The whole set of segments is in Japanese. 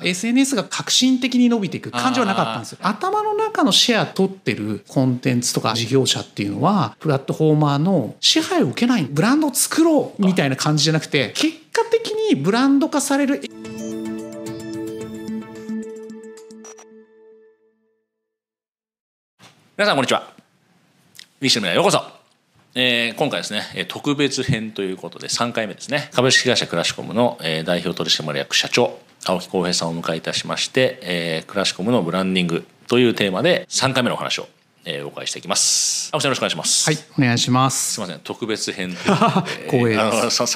SNS が革新的に伸びていく感じはなかったんですよ。頭の中のシェア取ってるコンテンツとか事業者っていうのはプラットフォーマーの支配を受けない、ブランドを作ろうみたいな感じじゃなくて、結果的にブランド化される。 皆さんこんにちは。ウィッシュの未来へようこそ。今回ですね、特別編ということで3回目ですね。株式会社クラシコムの代表取締役社長青木浩平さんをお迎えいたしまして、クラシコムのブランディングというテーマで3回目のお話をお伺いしていきます。青木さんよろしくお願いします。 はい、お願いします。 すみません、特別編ということで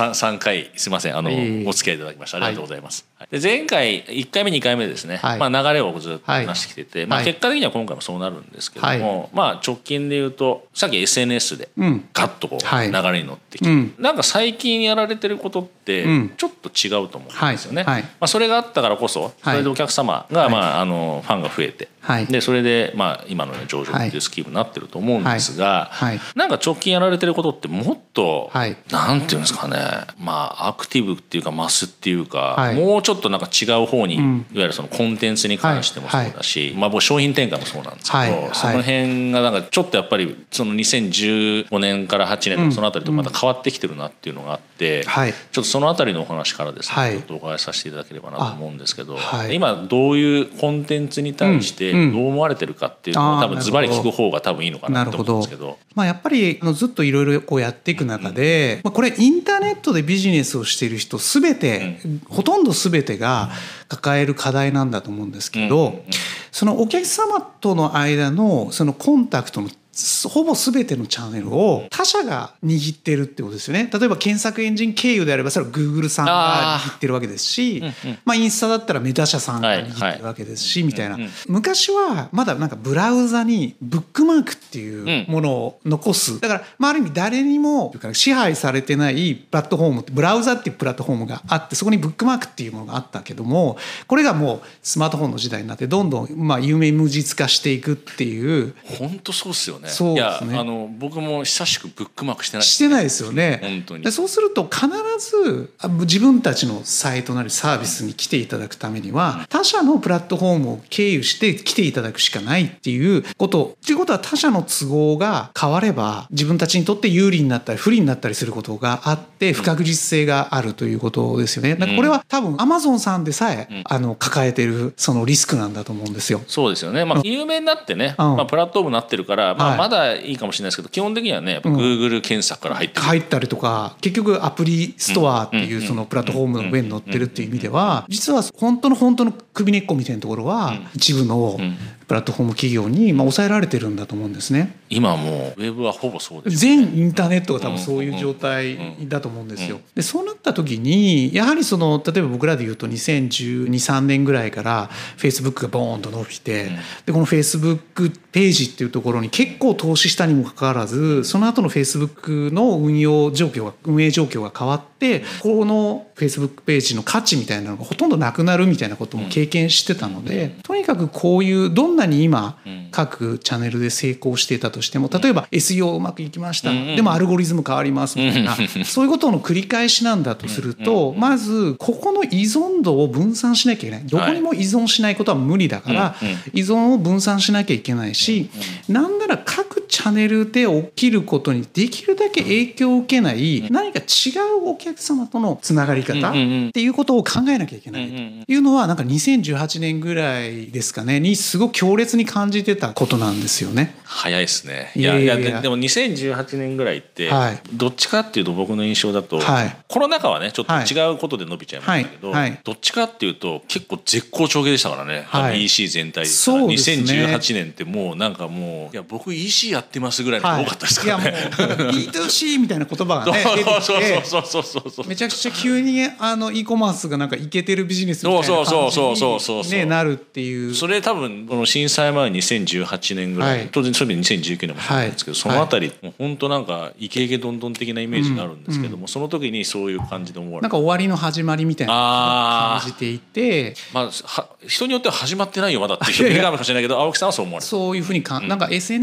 3回すみません、お付き合いいただきましてありがとうございます。はい、で前回1回目2回目ですね、はい、流れをずっと話してきてて、結果的には今回もそうなるんですけども、直近で言うとさっき SNS でガッとこう流れに乗ってきて、なんか最近やられてることってちょっと違うと思うんですよね。それがあったからこそ、それでお客様がファンが増えて、でそれで今の上場っていうスキームになってると思うんですが、なんか直近やられてることってもっと、なんていうんですかね、アクティブっていうかマスっていうか、もうちょっとなんか違う方に、いわゆるそのコンテンツに関してもそうだし、僕商品展開もそうなんですけど、その辺がなんかちょっとやっぱりその2015年から8年のそのあたりとまた変わってきてるなっていうのがあって、ちょっとそのあたりのお話からですね、ちょっとお伺いさせていただければなと思うんですけど、今どういうコンテンツに対してどう思われてるかっていうのを多分ズバリ聞く方が多分いいのかなと思うんですけど。 やっぱりずっといろいろこうやっていく中で、これインターネットでビジネスをしている人全て、ほとんど全てが抱える課題なんだと思うんですけど、そのお客様との間のそのコンタクトのほぼ全てのチャンネルを他社が握ってるってことですよね。例えば検索エンジン経由であればそれは Google さんが握ってるわけですし、インスタだったらメタ社さんが握ってるわけですし、みたいな。昔はまだなんかブラウザにブックマークっていうものを残す。だからある意味誰にも支配されてないプラットフォームって、ブラウザっていうプラットフォームがあって、そこにブックマークっていうものがあったけども、これがもうスマートフォンの時代になってどんどん有名無実化していくっていう。 本当そうですよね。 そうですね。 いや僕も久しくブックマークしてないですね。してないですよね。 本当に。 でそうすると必ず自分たちのサイトなりサービスに来ていただくためには、他社のプラットフォームを経由して来ていただくしかないっていうこと。ということは他社の都合が変われば自分たちにとって有利になったり不利になったりすることがあって不確実性があるということですよね。だからこれは多分 Amazon さんでさえ抱えてるそのリスクなんだと思うんですよ。 そうですよね。有名になってね、プラットフォームになってるから、まだいいかもしれないですけど、基本的にはね、Google 検索から入ったりとか、結局アプリストアっていうそのプラットフォームの上に載ってるっていう意味では、実は本当の首根っこみたいなところは一部のプラットフォーム企業に抑えられてるんだと思うんですね。 今もうウェブはほぼそうですね。 全インターネットが多分そういう状態だと思うんですよ。でそうなった時にやはり例えば僕らで言うと2012、3年ぐらいから Facebook がボーンと伸びて、でこの Facebook ページっていうところに結構投資したにもかかわらず、その後の Facebook の運営状況が変わって、この Facebook ページの価値みたいなのがほとんどなくなるみたいなことも経験してたので、とにかくこういうどんなに今各チャンネルで成功していたとしても、例えば SEO うまくいきました、でもアルゴリズム変わりますみたいな、そういうことの繰り返しなんだとすると、まずここの依存度を分散しなきゃいけない。どこにも依存しないことは無理だから、依存を分散しなきゃいけないし、なんなら各チャンネルで起きることにできるだけ影響を受けない何か違うお客様とのつながり方っていうことを考えなきゃいけないというのは、なんか2018年ぐらいですかねにすごく強烈に感じてたことなんですよね。 早いですね。いやでも2018年ぐらいってどっちかっていうと僕の印象だと、コロナ禍はねちょっと違うことで伸びちゃいましたけど、どっちかっていうと結構絶好調でしたからね、EC 全体でそうですね。 2018年ってもうなんかもう、いや僕 EC やってますぐらいの多かったですからね。 いやもう B2C みたいな言葉がね出てきて、めちゃくちゃ急にe コマースがなんかイケてるビジネスみたいな感じになるっていう。 それ多分この震災前2018年ぐらい、当然それで2019年もそうなんですけど、そのあたりもう本当なんかイケイケどんどん的なイメージがあるんですけども、その時にそういう感じで思われる、 なんか終わりの始まりみたいな感じていて、 人によっては始まってないよまだっていう人もいるかもしれないけど、青木さんはそう思われる。 そういうふうになんか SNS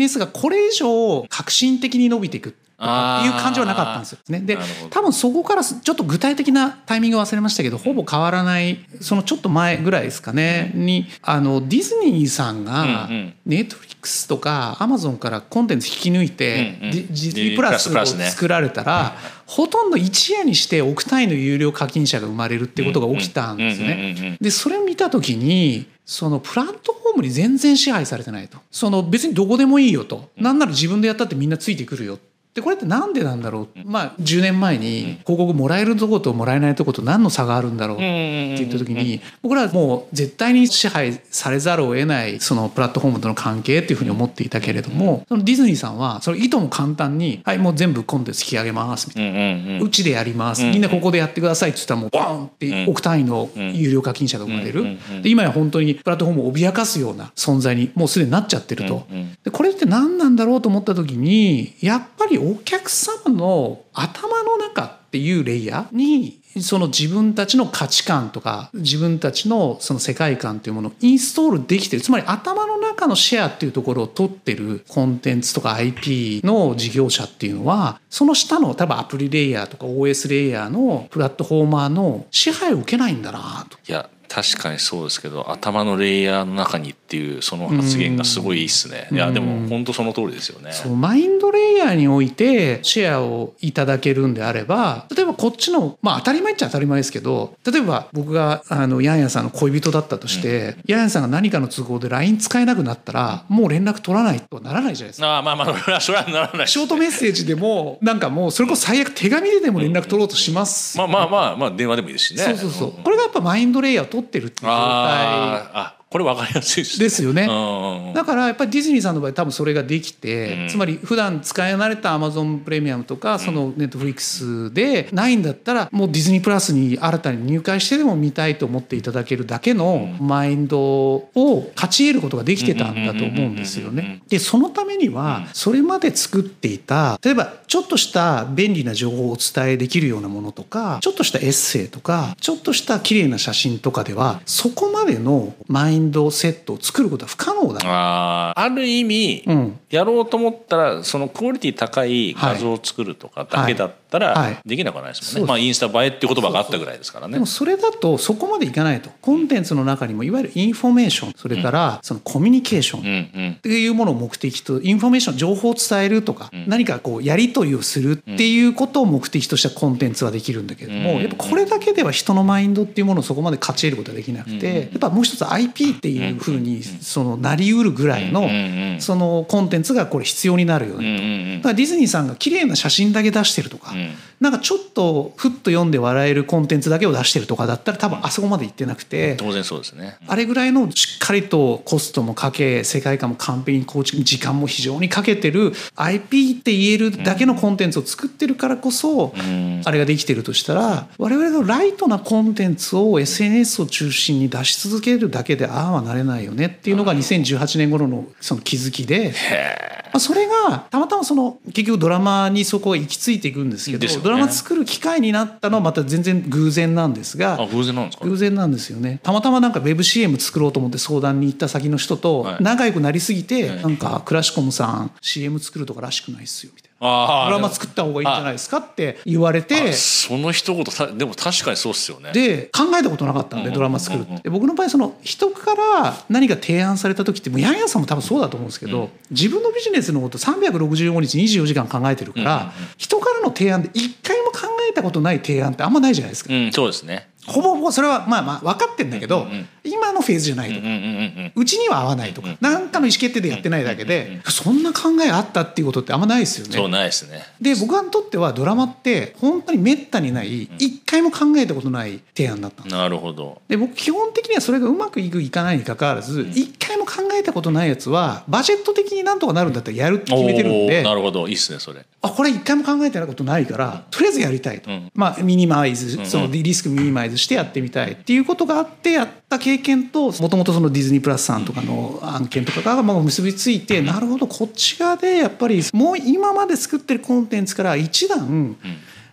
SNS がこれ以上革新的に伸びていくっていう感じはなかったんですよね。で多分そこからちょっと具体的なタイミング忘れましたけど、ほぼ変わらないそのちょっと前ぐらいですかねにディズニーさんがネットフリックスとかアマゾンからコンテンツ引き抜いてディズニープラスを作られたら、ほとんど一夜にして億単位の有料課金者が生まれるっていうことが起きたんですよね。でそれを見た時にそのプラットフォームに全然支配されてないと。その別にどこでもいいよと、なんなら自分でやったってみんなついてくるよ。でこれってなんでなんだろう、10年前に広告もらえるとこともらえないとこと何の差があるんだろうって言った時に、僕らはもう絶対に支配されざるを得ないそのプラットフォームとの関係っていうふうに思っていたけれども、そのディズニーさんはその意図も簡単にはいもう全部コンテンツ引き上げますみたいな、うちでやります、みんなここでやってくださいって言ったらもうボーンって億単位の有料課金者が生まれる。で今や本当にプラットフォームを脅かすような存在にもうすでになっちゃってると。でこれって何なんだろうと思った時に、やっぱりお客様の頭の中っていうレイヤーにその自分たちの価値観とか自分たちのその世界観というものをインストールできてる、つまり頭の中のシェアっていうところを取ってるコンテンツとか IP の事業者っていうのは、その下の多分アプリレイヤーとか OS レイヤーのプラットフォーマーの支配を受けないんだなと。 いや確かにそうですけど、頭のレイヤーの中にっていうその発言がすごいいいっすね。いやでも本当その通りですよね。 そうマインドレイヤーにおいてシェアをいただけるんであれば、例えばこっちの当たり前っちゃ当たり前ですけど、例えば僕がヤンヤンさんの恋人だったとして、ヤンヤンさんが何かの都合で LINE 使えなくなったらもう連絡取らないとはならないじゃないですか。 それはならない。 ショートメッセージでもなんかもうそれこそ最悪手紙でも連絡取ろうとします。 電話でもいいですしね。 そうこれがやっぱマインドレイヤーを取ってるっていう状態。 これ分かりやすいですね。 ですよね。だからやっぱりディズニーさんの場合多分それができて、つまり普段使い慣れた Amazon プレミアムとかその Netflix でないんだったら、もうディズニープラスに新たに入会してでも見たいと思っていただけるだけのマインドを勝ち得ることができてたんだと思うんですよね。でそのためにはそれまで作っていた、例えばちょっとした便利な情報をお伝えできるようなものとか、ちょっとしたエッセイとか、ちょっとした綺麗な写真とかではそこまでのマインドセットを作ることは不可能だ。 ある意味、やろうと思ったらそのクオリティ高い画像を作るとかだけだったらできなくはないですもんね。インスタ映えっていう言葉があったぐらいですからね。 でもそれだとそこまでいかないと。コンテンツの中にもいわゆるインフォメーション、それからそのコミュニケーションっていうものを目的と、インフォメーション情報を伝えるとか、何かこうやり取りをするっていうことを目的としたコンテンツはできるんだけれども、やっぱこれだけでは人のマインドっていうものをそこまで勝ち得ることはできなくて、やっぱもう一つ IP っていうふうにそのなりうるぐらいのそのコンテンツがこれ必要になるよねと。だからディズニーさんが綺麗な写真だけ出してるとか、なんかちょっとふっと読んで笑えるコンテンツだけを出してるとかだったら多分あそこまでいってなくて、 当然そうですね。 あれぐらいのしっかりとコストもかけ、世界観も完璧に構築、時間も非常にかけてる IP って言えるだけのコンテンツを作ってるからこそあれができてるとしたら、我々のライトなコンテンツを SNS を中心に出し続けるだけでああはなれないよねっていうのが2018年頃のその気づきで、それがたまたまその結局ドラマにそこが行き着いていくんですけど、ドラマ作る機会になったのはまた全然偶然なんですが。 偶然なんですか。 偶然なんですよね。たまたまなんか WebCM 作ろうと思って相談に行った先の人と仲良くなりすぎて、なんかクラシコムさん CM 作るとからしくないっすよみたいな。ドラマ作った方がいいんじゃないですかって言われて、 その一言でも確かにそうっすよね。 で考えたことなかったんで、ドラマ作るって。僕の場合その人から何か提案された時って、もうヤンヤンさんも多分そうだと思うんですけど、自分のビジネスのこと365日24時間考えてるから、人からの提案で一回も考えたことない提案ってあんまないじゃないですか。 そうですね。 ほぼほぼそれはまあ分かってんだけど、今のフェーズじゃないとか、うちには合わないとか、何かの意思決定でやってないだけで、そんな考えあったっていうことってあんまないですよね。 そうないですね。 で僕にとってはドラマって本当にめったにない、一回も考えたことない提案だったんです。 なるほど。 で僕基本的にはそれがうまくいくいかないにかかわらず、一回も考えたことないやつはバジェット的になんとかなるんだったらやるって決めてるんで。 なるほど、いいっすねそれ。 これ一回も考えてないことないから、とりあえずやりたいと、ミニマイズ、そのリスクミニマイズしてやってみたいっていうことがあってやった経験と、もともとそのディズニープラスさんとかの案件とかが結びついて、なるほどこっち側でやっぱりもう今まで作ってるコンテンツから一段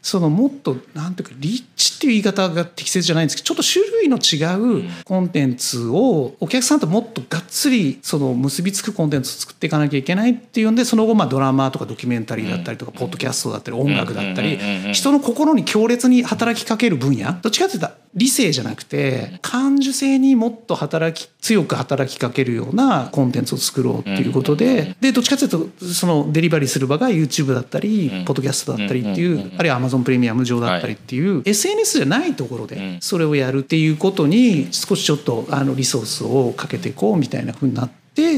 そのもっとなんていうかリッチっていう言い方が適切じゃないんですけど、ちょっと種類の違うコンテンツをお客さんともっとがっつりその結びつくコンテンツを作っていかなきゃいけないっていうんで、その後ドラマとかドキュメンタリーだったりとかポッドキャストだったり音楽だったり、人の心に強烈に働きかける分野、どっちかというと理性じゃなくて感受性にもっと強く働きかけるようなコンテンツを作ろうっていうことで、どっちかというとそのデリバリーする場が YouTube だったりポッドキャストだったりっていう、あるいは Amazon プレミアム上だったりっていう SNS じゃないところでそれをやるっていうことに少しちょっとリソースをかけていこうみたいな風になって、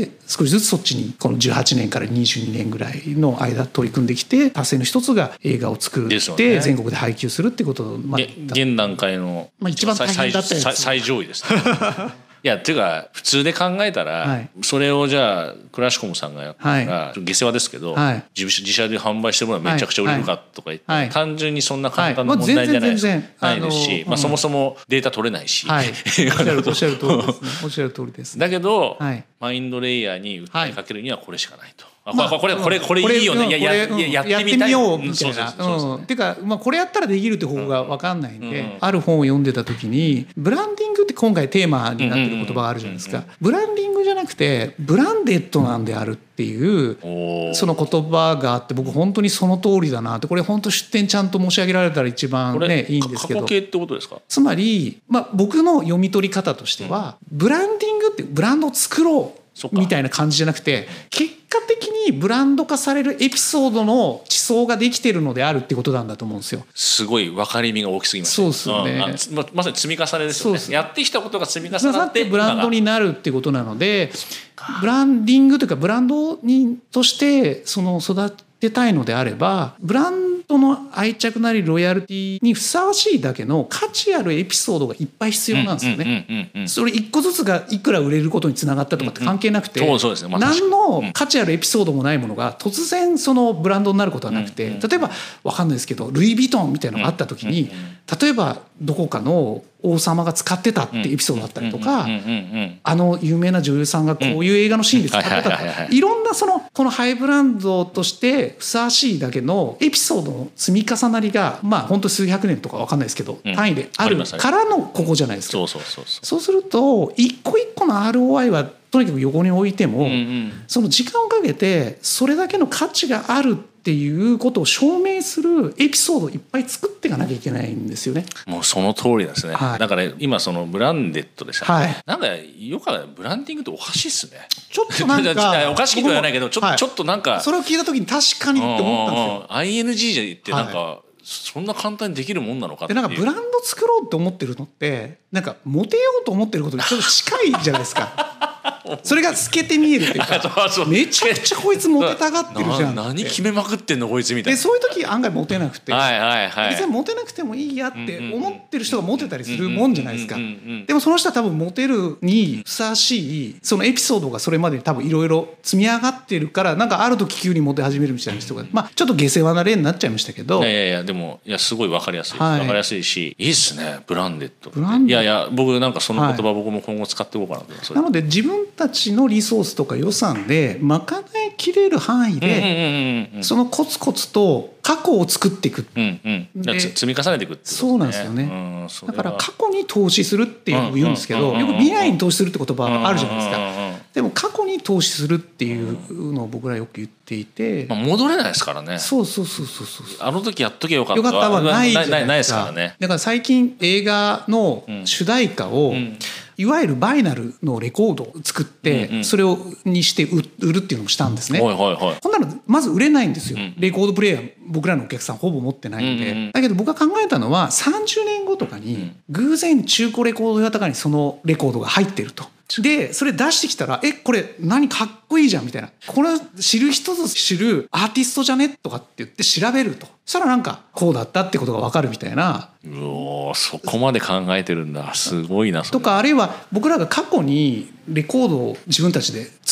少しずつそっちにこの18年から22年ぐらいの間取り組んできて、達成の一つが映画を作って全国で配給するってことを、 現段階の一番大変だったやつ最上位ですね。いやっていうか普通で考えたら、それをじゃあクラシコムさんがやったら、下世話ですけど、自社で販売してるものはめちゃくちゃ売れるかとか言って、単純にそんな簡単な問題じゃないですし、そもそもデータ取れないし、 おっしゃる通りですね。おっしゃる通りです。 だけど、マインドレイヤーに訴えかけるにはこれしかないと。これいいよね、やってみようみたいな。 っていうか、これやったらできるって方法が分かんないんで、ある本を読んでた時にブランディングって今回テーマになってる言葉があるじゃないですか。ブランディングじゃなくてブランデッドなんであるっていうその言葉があって、僕本当にその通りだなって。これ本当出典ちゃんと申し上げられたら一番ねいいんですけど、 過去形ってことですか？ つまり僕の読み取り方としては、ブランディングってブランドを作ろうみたいな感じじゃなくて、結果的にブランド化されるエピソードの地層ができてるのであるってことなんだと思うんですよ。 すごい分かりみが大きすぎます。 そうですよね。 まさに積み重ねですよね。やってきたことが積み重なってブランドになるってことなので、ブランディングというかブランドとしてその育てたいのであれば、ブランドの愛着なりロイヤルティにふさわしいだけの価値あるエピソードがいっぱい必要なんですよね。それ一個ずつがいくら売れることにつながったとかって関係なくて、何の価値あるエピソードもないものが突然そのブランドになることはなくて、例えば分かんないですけどルイ・ヴィトンみたいなのがあった時に、例えばどこかの王様が使ってたってエピソードだったりとか、有名な女優さんがこういう映画のシーンで使ってたとか、いろんなこのハイブランドとしてふさわしいだけのエピソードの積み重なりが本当数百年とか分かんないですけど単位であるからのここじゃないですか。そうすると一個一個の ROI はとにかく横に置いても、その時間をかけてそれだけの価値があるっていうことを証明するエピソードをいっぱい作っていかなきゃいけないんですよね。 もうその通りですね。だから今そのブランデッドでしたね。なんかよくブランディングっておかしいっすね。 ちょっとなんかおかしいとは言わないけど、ちょっとなんかそれを聞いた時に確かにって思ったんですよ。 ING ってなんかそんな簡単にできるもんなのかっていう。 なんかブランド作ろうって思ってるのってなんかモテようと思ってることにちょっと近いじゃないですか。それが透けて見えるっていうかめちゃくちゃこいつモテたがってるじゃん何決めまくってんのこいつみたいな。 でそういう時案外モテなくて、別にモテなくてもいいやって思ってる人がモテたりするもんじゃないですか。でもその人は多分モテるにふさわしいそのエピソードがそれまでに多分いろいろ積み上がってるから、なんかある時急にモテ始めるみたいな人が、ちょっと下世話な例になっちゃいましたけど、 でもすごい分かりやすい、分かりやすいしいいっすねブランデッド。僕なんかその言葉僕も今後使っていこうかなと。 なので自分たちのリソースとか予算で賄いきれる範囲でそのコツコツと過去を作っていく、 積み重ねていくってことですね。 そうなんですよね。だから過去に投資するっていうのを言うんですけど、よく未来に投資するって言葉あるじゃないですか。でも過去に投資するっていうのを僕らよく言っていて、 戻れないですからね。 そうあの時やっとけよかったはないじゃないですからね。 だから最近映画の主題歌をいわゆるバイナルのレコードを作ってそれにして売るっていうのをしたんですね。こんなのまず売れないんですよ。レコードプレイヤー僕らのお客さんほぼ持ってないんで。だけど僕が考えたのは30年後とかに偶然中古レコード屋とかにそのレコードが入ってると。でそれ出してきたらこれ何かっこいいじゃんみたいな、これ知る人ぞ知るアーティストじゃねとかって言って調べると、そしたらなんかこうだったってことが分かるみたいな。 そこまで考えてるんだ。すごいなそれ。 とかあるいは僕らが過去にレコードを自分たちで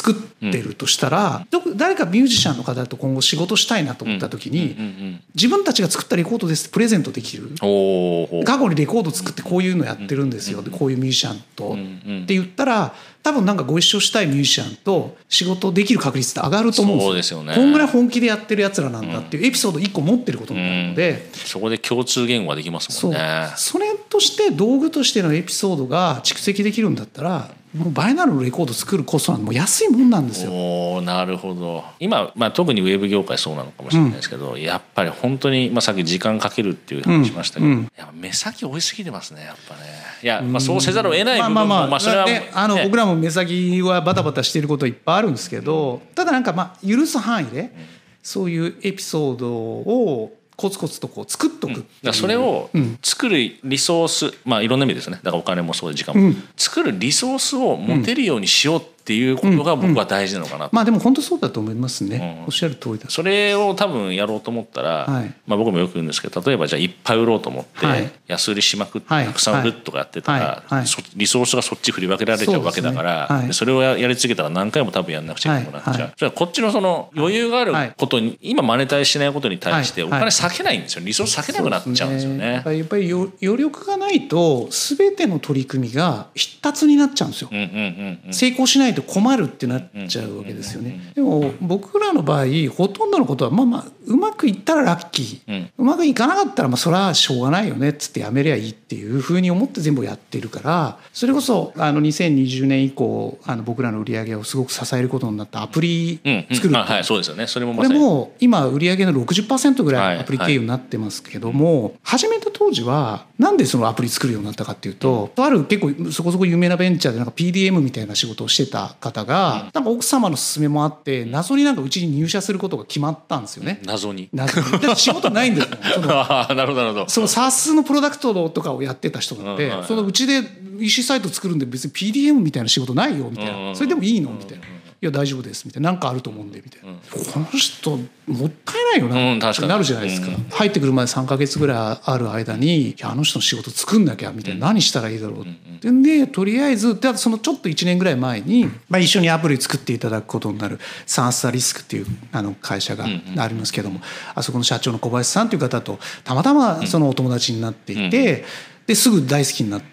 作ってるとしたら、誰かミュージシャンの方と今後仕事したいなと思った時に、自分たちが作ったレコードですってプレゼントできる。過去にレコード作ってこういうのやってるんですよ、でこういうミュージシャンとって言ったら、多分なんかご一緒したいミュージシャンと仕事できる確率って上がると思うんですよ。こんぐらい本気でやってるやつらなんだっていうエピソード1個持ってることになるので、 そこで共通言語ができますもんね。 それとして道具としてのエピソードが蓄積できるんだったら、もうバイナルのレコード作るコストなんてもう安いもんなんですよ。 なるほど。今、特にウェブ業界そうなのかもしれないですけど、やっぱり本当に、さっき時間かけるっていう話しましたけど、やっぱ目先多いすぎてますね、やっぱね。いや、そうせざるを得ない部分も、それは、ね、 僕らも目先はバタバタしていることはいっぱいあるんですけど、ただなんか許す範囲でそういうエピソードをコツコツとこう作っとく、 それを作るリソース、いろんな意味ですね。だからお金もそうで時間も、作るリソースを持てるようにしようっていうことが僕は大事なのかな、 でも本当そうだと思いますね、おっしゃる通りだ。 それを多分やろうと思ったら、僕もよく言うんですけど、例えばじゃあいっぱい売ろうと思って安売りしまくってたくさん売るとかやってたら、リソースがそっち振り分けられちゃうわけだから、それをやり続けたら何回も多分やんなくちゃいけなくなっちゃう。じゃあこっちのその余裕があることに、今マネタイしないことに対してお金割けないんですよ。リソース割けなくなっちゃうんですよね。 やっぱり余力がないと全ての取り組みが必達になっちゃうんですよ。成功しないと困るってなっちゃうわけですよね。でも僕らの場合ほとんどのことはうまくいったらラッキー、うまくいかなかったらそれはしょうがないよねっつってやめりゃいいっていうふうに思って全部やってるから、それこそ2020年以降僕らの売り上げをすごく支えることになったアプリ作る、 そうですよね。それもこれも今売り上げの 60% ぐらいアプリ経由になってますけども、始めた当時はなんでそのアプリ作るようになったかっていうと、ある結構そこそこ有名なベンチャーでなんか PDM みたいな仕事をしてた方が、なんか奥様の勧めもあって謎になんかうちに入社することが決まったんですよね。 謎にだって仕事ないんですもん。 なるほどなるほど。 その SaaS のプロダクトとかをやってた人なんで、そのうちで EC サイト作るんで別に PDM みたいな仕事ないよみたいな、それでもいいのみたいな。いや大丈夫ですみたいな、なんかあると思うんでみたいな、この人もったいないよなってなるじゃないですか。入ってくるまで3ヶ月ぐらいある間に、いやあの人の仕事作んなきゃみたいな、何したらいいだろうってんで、とりあえずそのちょっと1年ぐらい前に、一緒にアプリ作っていただくことになるサンサリスクっていう会社がありますけども、あそこの社長の小林さんという方とたまたまそのお友達になっていて、ですぐ大好きになって、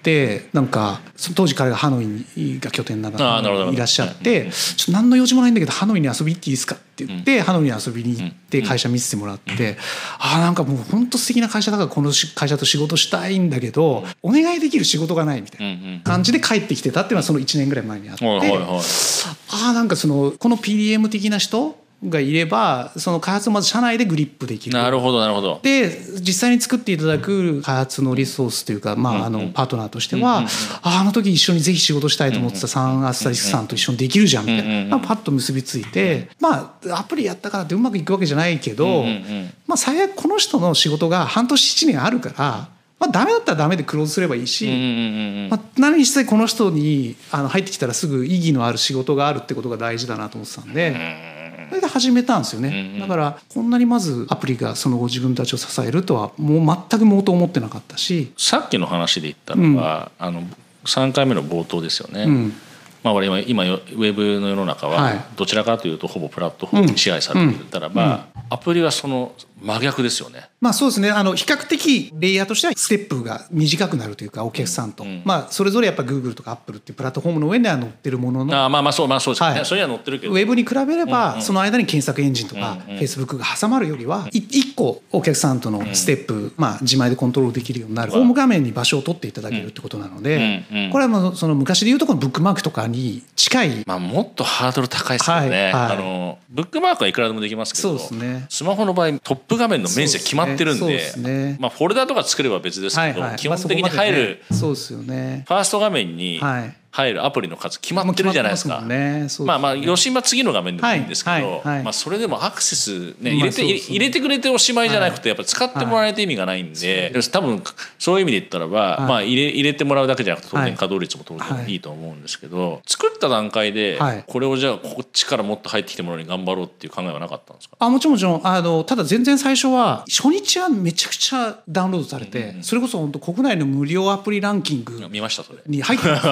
なんか当時彼がハノイが拠点なのにいらっしゃって、ちょっと何の用事もないんだけどハノイに遊び行っていいですかって言って、ハノイに遊びに行って会社見せてもらって、なんかもう本当素敵な会社だからこの会社と仕事したいんだけどお願いできる仕事がないみたいな感じで帰ってきてたっていうのはその1年ぐらい前にあって、なんかこの PDM 的な人がいればその開発をまず社内でグリップできる。 なるほどなるほど。 で実際に作っていただく開発のリソースというか、パートナーとしては、あの時一緒にぜひ仕事したいと思ってたサンアスタリスクさんと一緒にできるじゃんみたいな、パッと結びついて、アプリやったからってうまくいくわけじゃないけど、最悪この人の仕事が半年7年あるから、ダメだったらダメでクローズすればいいし、何にしてこの人に入ってきたらすぐ意義のある仕事があるってことが大事だなと思ってたんで、それで始めたんですよね。だからこんなにまずアプリがその後自分たちを支えるとはもう全く毛頭思ってなかったし、 さっきの話で言ったのは、3回目の冒頭ですよね。今ウェブの世の中はどちらかというとほぼプラットフォームに支配されていたらば、アプリはその真逆ですよね。 そうですね。比較的レイヤーとしてはステップが短くなるというか、お客さんと、それぞれやっぱ Google とか Apple っていうプラットフォームの上には載ってるものの、 そうですね。それには載ってるけど、 ウェブに比べれば、その間に検索エンジンとか Facebook が挟まるよりは1個お客さんとのステップ、自前でコントロールできるようになる、ホーム画面に場所を取っていただけるってことなので、これはその昔でいうとこのブックマークとかに近い、 もっとハードル高いですよね。ブックマークはいくらでもできますけど、スマホの場合トップ画面の面積決まってるんで、フォルダとか作れば別ですけど、基本的に入るファースト画面に入るアプリの数決まってるじゃないですか。余震は次の画面でもいいんですけど、それでもアクセスね、入れてくれておしまいじゃなくて、やっぱ使ってもらわないと意味がないんで、多分そういう意味で言ったらば、入れてもらうだけじゃなくて当然稼働率も当然いいと思うんですけど、作った段階でこれをじゃあこっちからもっと入ってきてもらうに頑張ろうっていう考えはなかったんですか？ もちろんただ全然最初は初日はめちゃくちゃダウンロードされて、それこそ本当国内の無料アプリランキング見ましたそれに入ってます。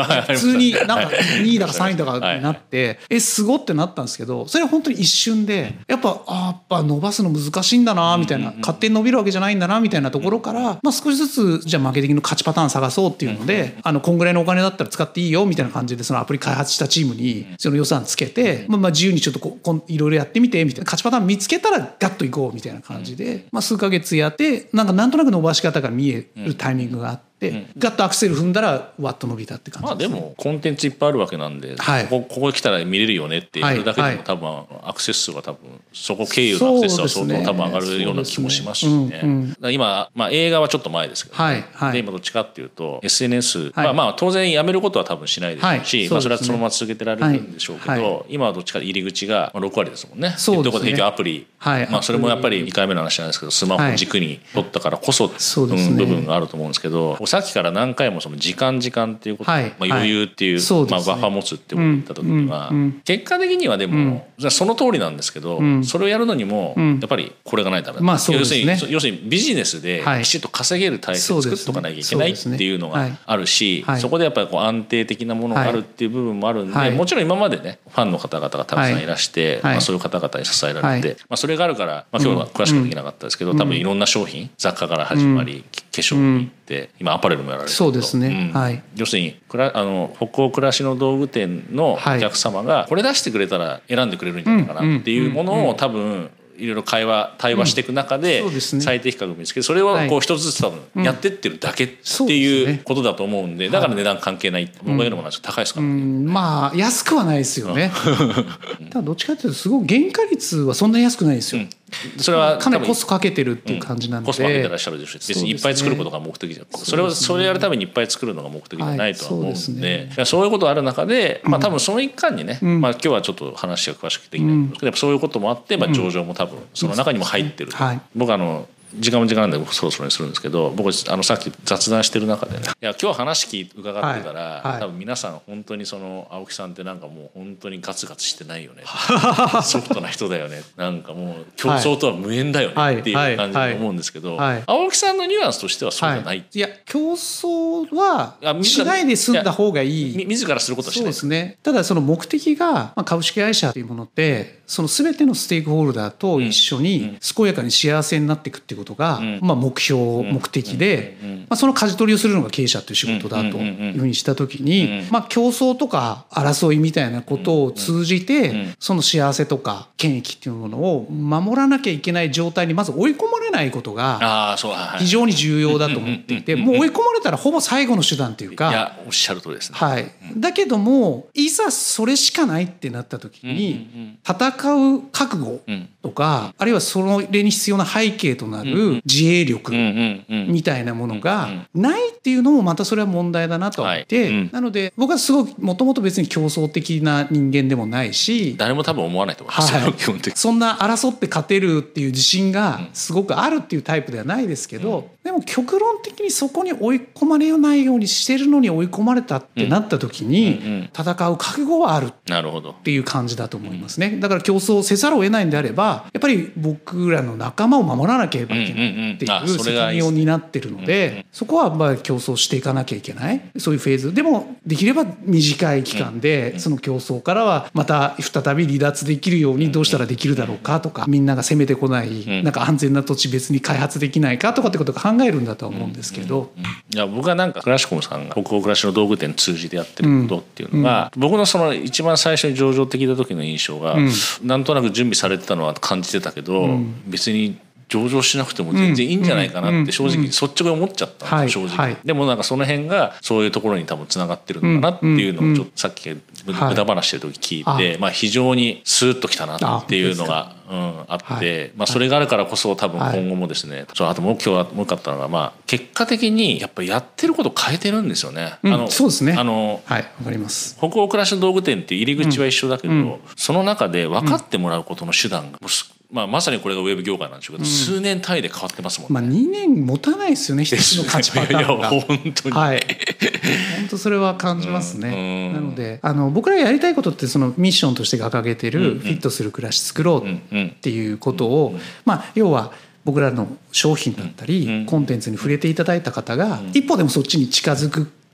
通になんか2位だか3位だかになってすごってなったんですけど、それは本当に一瞬でやっぱ伸ばすの難しいんだなみたいな、勝手に伸びるわけじゃないんだなみたいなところから、少しずつじゃあマーケティングの勝ちパターン探そうっていうので、こんぐらいのお金だったら使っていいよみたいな感じでそのアプリ開発したチームにその予算つけて、自由にちょっといろいろやってみてみたいな、勝ちパターン見つけたらガッといこうみたいな感じで、数ヶ月やってなんとなく伸ばし方が見えるタイミングがあって、ガッとアクセル踏んだらワッと伸びたって感じですね。 でもコンテンツいっぱいあるわけなんで、ここ来たら見れるよねっていうだけでも多分アクセス数は多分そこ経由のアクセス数は相当多分上がるような気もしますしね。今映画はちょっと前ですけどね、で今どっちかっていうと SNS は当然やめることは多分しないでしょうし、それはそのまま続けてられるんでしょうけど、今はどっちか入り口が6割ですもんね。ということで結局アプリ、それもやっぱり2回目の話なんですけど、スマホ軸に取ったからこそ部分があると思うんですけど、さっきから何回もその時間っていうこと、余裕っていう、バッファー持つっていうことを言った時には、結果的にはでも、その通りなんですけど、それをやるのにもやっぱりこれがないとダメだ、要するにビジネスできちっと稼げる体制を作っとかなきゃいけないっていうのがあるし、そこでやっぱり安定的なものがあるっていう部分もあるんで、もちろん今までねファンの方々がたくさんいらして、そういう方々に支えられて、それがあるから、今日は詳しくできなかったですけど、多分いろんな商品、雑貨から始まり、化粧に行って、今アパレルもやられてると。 そうですね、 要するに北欧暮らしの道具店のお客様がこれ出してくれたら選んでくれるんじゃないかなっていうものを多分いろいろ対話していく中で最適価格を見つけて、それをこう一つずつ多分やってってるだけっていうことだと思うんで、だから値段関係ないって僕が言うのもなんか高いですからね。 安くはないですよね。ただどっちかというとすごい原価率はそんなに安くないですよ。 それはかなりコストかけてるっていう感じなんで、 コストかけてらっしゃるでしょうし、別にいっぱい作ることが目的じゃそれやるためにいっぱい作るのが目的じゃないとは思うんで、そういうことがある中で、多分その一環にね、今日はちょっと話が詳しくできないんですけど、そういうこともあって、上場も多分その中にも入ってると。僕時間なんでそろそろにするんですけど、僕さっき雑談してる中でね、今日話伺ってたら、多分皆さん本当にその青木さんってなんかもう本当にガツガツしてないよねソフトな人だよね、なんかもう競争とは無縁だよねっていう感じで思うんですけど、青木さんのニュアンスとしてはそうじゃない、 いや競争はしないで済んだ方がいい、 自らすることはしない。 そうですね。ただその目的が株式会社というものってその全てのステークホルダーと一緒に健やかに幸せになっていくっていうことが目標目的で、その舵取りをするのが経営者という仕事だというふうにした時に、競争とか争いみたいなことを通じてその幸せとか権益っていうものを守らなきゃいけない状態にまず追い込まれないことが非常に重要だと思っていて、もう追い込まれたらほぼ最後の手段というか、 いやおっしゃる通りですね。 だけどもいざそれしかないってなった時に戦う覚悟とか、あるいはそれに必要な背景となる自衛力みたいなものがないっていうのもまたそれは問題だなと思って、なので僕はすごくもともと別に競争的な人間でもないし、 誰も多分思わないと思いますよ、基本的に。 そんな争って勝てるっていう自信がすごくあるっていうタイプではないですけど、でも極論的にそこに追い込まれないようにしてるのに追い込まれたってなった時に戦う覚悟はあるっていう感じだと思いますね。だから競争せざるを得ないんであればやっぱり僕らの仲間を守らなければいけないっていう責任を担ってるので、そこは競争していかなきゃいけない、そういうフェーズでもできれば短い期間でその競争からはまた再び離脱できるようにどうしたらできるだろうかとか、みんなが攻めてこないなんか安全な土地別に開発できないかとかってことを考えるんだとは思うんですけど、 いや僕はなんかクラシコムさんが北欧暮らしの道具店通じてやってることっていうのが、僕のその一番最初に上場的な時の印象が、なんとなく準備されてたのは感じてたけど、別に上場しなくても全然いいんじゃないかなって正直率直に思っちゃったんです、正直。でもなんかその辺がそういうところに多分つながってるのかなっていうのをちょっとさっき無駄話してる時聞いて、非常にスーッときたなっていうのがあって、それがあるからこそ多分今後もですね、あともう今日はもう一かったのが、結果的にやっぱりやってることを変えてるんですよね。 そうですね。わかります。 北欧暮らしの道具店って入り口は一緒だけど、その中で分かってもらうことの手段がまさにこれがウェブ業界なんでしょうけど、数年単位で変わってますもんね。 2年持たないですよね、一つの価値パターンが。 本当に、 本当それは感じますね。なので僕らがやりたいことってそのミッションとして掲げてるフィットする暮らし作ろうっていうことを、要は僕らの商品だったりコンテンツに触れていただいた方が一歩でもそっちに近づくっ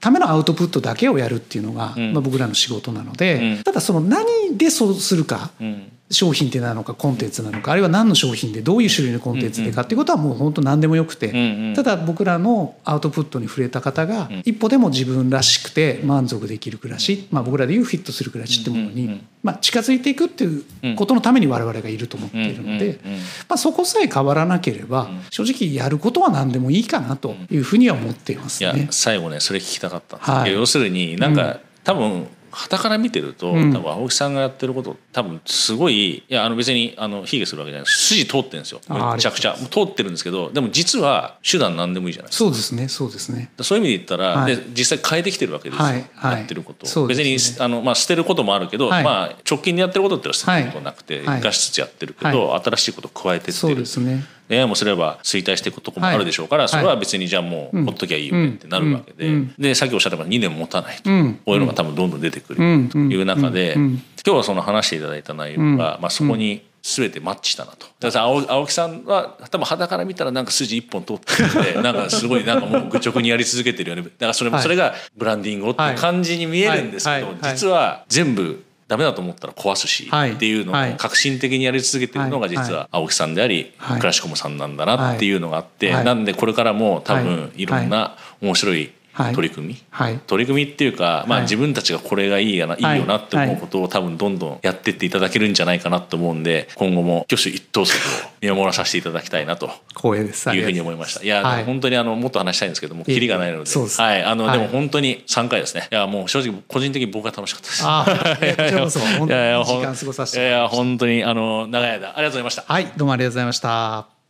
ためのアウトプットだけをやるっていうのが、僕らの仕事なので、ただその何でそうするか、商品ってなのかコンテンツなのか、あるいは何の商品でどういう種類のコンテンツでかっていうことはもう本当何でもよくて、ただ僕らのアウトプットに触れた方が一歩でも自分らしくて満足できる暮らし、僕らでいうフィットする暮らしってものに近づいていくっていうことのために我々がいると思っているので、そこさえ変わらなければ正直やることは何でもいいかなというふうには思っていますね。 いや最後ねそれ聞きたかったんです、要するになんか、多分傍から見てると、多分青木さんがやってること多分すごい、いや別に卑下するわけじゃないです。筋通ってるんですよ。めちゃくちゃ通ってるんですけど、でも実は手段何でもいいじゃないですか。 そうですね、そうですね。 そういう意味で言ったら、で実際変えてきてるわけですよ、やってることを。別に捨てることもあるけど、直近でやってることって捨てることなくて、生かしつつやってるけど、新しいことを加えてってる。 そうですね。 AI もすれば衰退していくところもあるでしょうから、それは別にじゃあもうほっときゃいいよねってなるわけで、でさっきおっしゃったから2年持たないと、こういうのが多分どんどん出てくるという中で、今日はその話していただいた内容が、そこに全てマッチしたなと。だから青木さんは多分肌から見たらなんか筋一本通ってるので、なんかすごいなんかもう愚直にやり続けてるよね。だからそれがブランディングをっていう感じに見えるんですけど、実は全部ダメだと思ったら壊すしっていうのを革新的にやり続けてるのが実は青木さんでありクラシコムさんなんだなっていうのがあって、なんでこれからも多分いろんな面白い取り組みっていうか、自分たちがこれがいいよなって思うことを多分どんどんやってっていただけるんじゃないかなと思うんで、今後も挙手一投足を見守らさせていただきたいなというふうに思いました。いや本当にもっと話したいんですけどもキリがないので、でも本当に3回ですね。いやもう正直個人的に僕が楽しかったです。 本当に時間過ごさせていただきました。 本当に長い間ありがとうございました。 はい、どうもありがとうございました。